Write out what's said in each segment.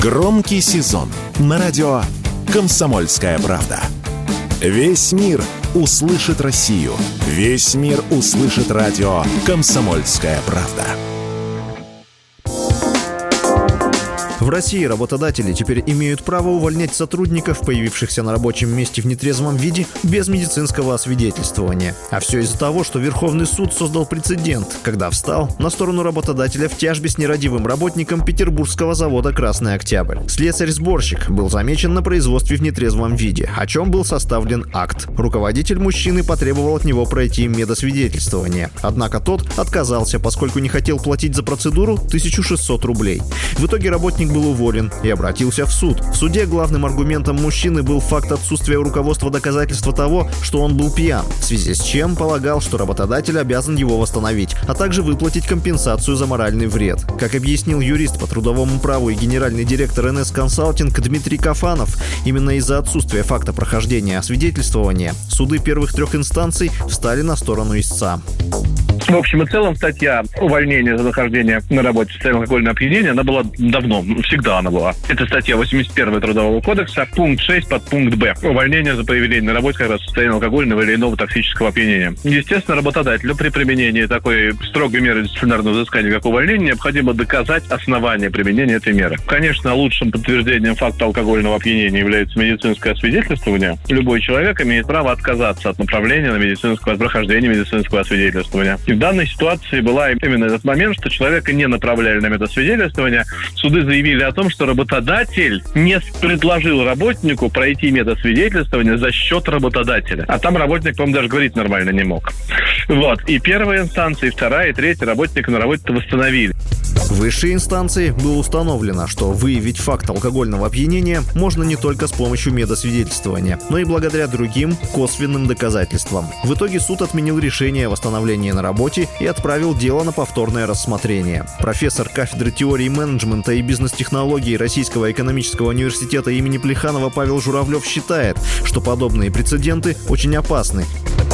Громкий сезон на радио «Комсомольская правда». Весь мир услышит Россию. Весь мир услышит радио «Комсомольская правда». В России работодатели теперь имеют право увольнять сотрудников, появившихся на рабочем месте в нетрезвом виде, без медицинского освидетельствования. А все из-за того, что Верховный суд создал прецедент, когда встал на сторону работодателя в тяжбе с нерадивым работником петербургского завода «Красный Октябрь». Слесарь-сборщик был замечен на производстве в нетрезвом виде, о чем был составлен акт. Руководитель мужчины потребовал от него пройти медосвидетельствование. Однако тот отказался, поскольку не хотел платить за процедуру 1600 рублей. В итоге работник был уволен и обратился в суд. В суде главным аргументом мужчины был факт отсутствия у руководства доказательства того, что он был пьян, в связи с чем полагал, что работодатель обязан его восстановить, а также выплатить компенсацию за моральный вред. Как объяснил юрист по трудовому праву и генеральный директор НС Консалтинг Дмитрий Кафанов, именно из-за отсутствия факта прохождения освидетельствования суды первых 3 инстанций встали на сторону истца. В общем и целом, статья увольнения за нахождение на работе в состоянии алкогольного опьянения, она была давно, всегда она была. Это статья 81 Трудового кодекса, пункт 6 под пункт Б. Увольнение за появление на работе как раз в состоянии алкогольного или иного токсического опьянения. Естественно, работодателю при применении такой строгой меры дисциплинарного взыскания, как увольнение, необходимо доказать основание применения этой меры. Конечно, лучшим подтверждением факта алкогольного опьянения является медицинское освидетельствование. Любой человек имеет право отказаться от направления на от прохождения медицинского освидетельствования. И в данной ситуации была именно этот момент, что человека не направляли на медосвидетельствование. Суды заявили о том, что работодатель не предложил работнику пройти медосвидетельствование за счет работодателя. А там работник, по-моему, даже говорить нормально не мог. Вот. И первая инстанция, и вторая, и третья работника на работе восстановили. В высшей инстанции было установлено, что выявить факт алкогольного опьянения можно не только с помощью медосвидетельствования, но и благодаря другим косвенным доказательствам. В итоге суд отменил решение о восстановлении на работе и отправил дело на повторное рассмотрение. Профессор кафедры теории менеджмента и бизнес-технологий Российского экономического университета имени Плеханова Павел Журавлев считает, что подобные прецеденты очень опасны.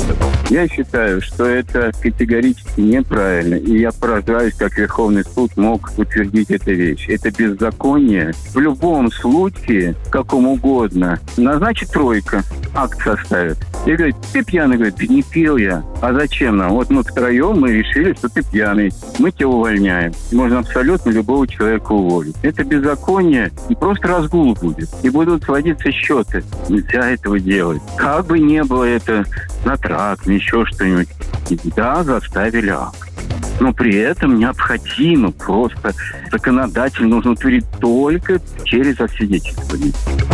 Я считаю, что это категорически неправильно. И я поражаюсь, как Верховный суд мог утвердить эту вещь. Это беззаконие. В любом случае, каком угодно, назначит тройка, акт составит. И говорит, ты пьяный? Говорит, не пил я. А зачем нам? Вот мы втроем мы решили, что ты пьяный. Мы тебя увольняем. Можно абсолютно любого человека уволить. Это беззаконие. И просто разгул будет. И будут сводиться счеты. Нельзя этого делать. Как бы не было это на тракт, еще что-нибудь. Да, заставили акт. Но при этом необходимо просто законодатель нужно утвердить только через освидетельствование.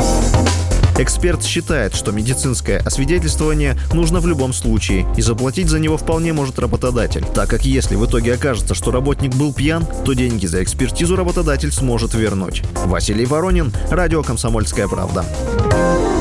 Эксперт считает, что медицинское освидетельствование нужно в любом случае, и заплатить за него вполне может работодатель, так как если в итоге окажется, что работник был пьян, то деньги за экспертизу работодатель сможет вернуть. Василий Воронин, радио «Комсомольская правда».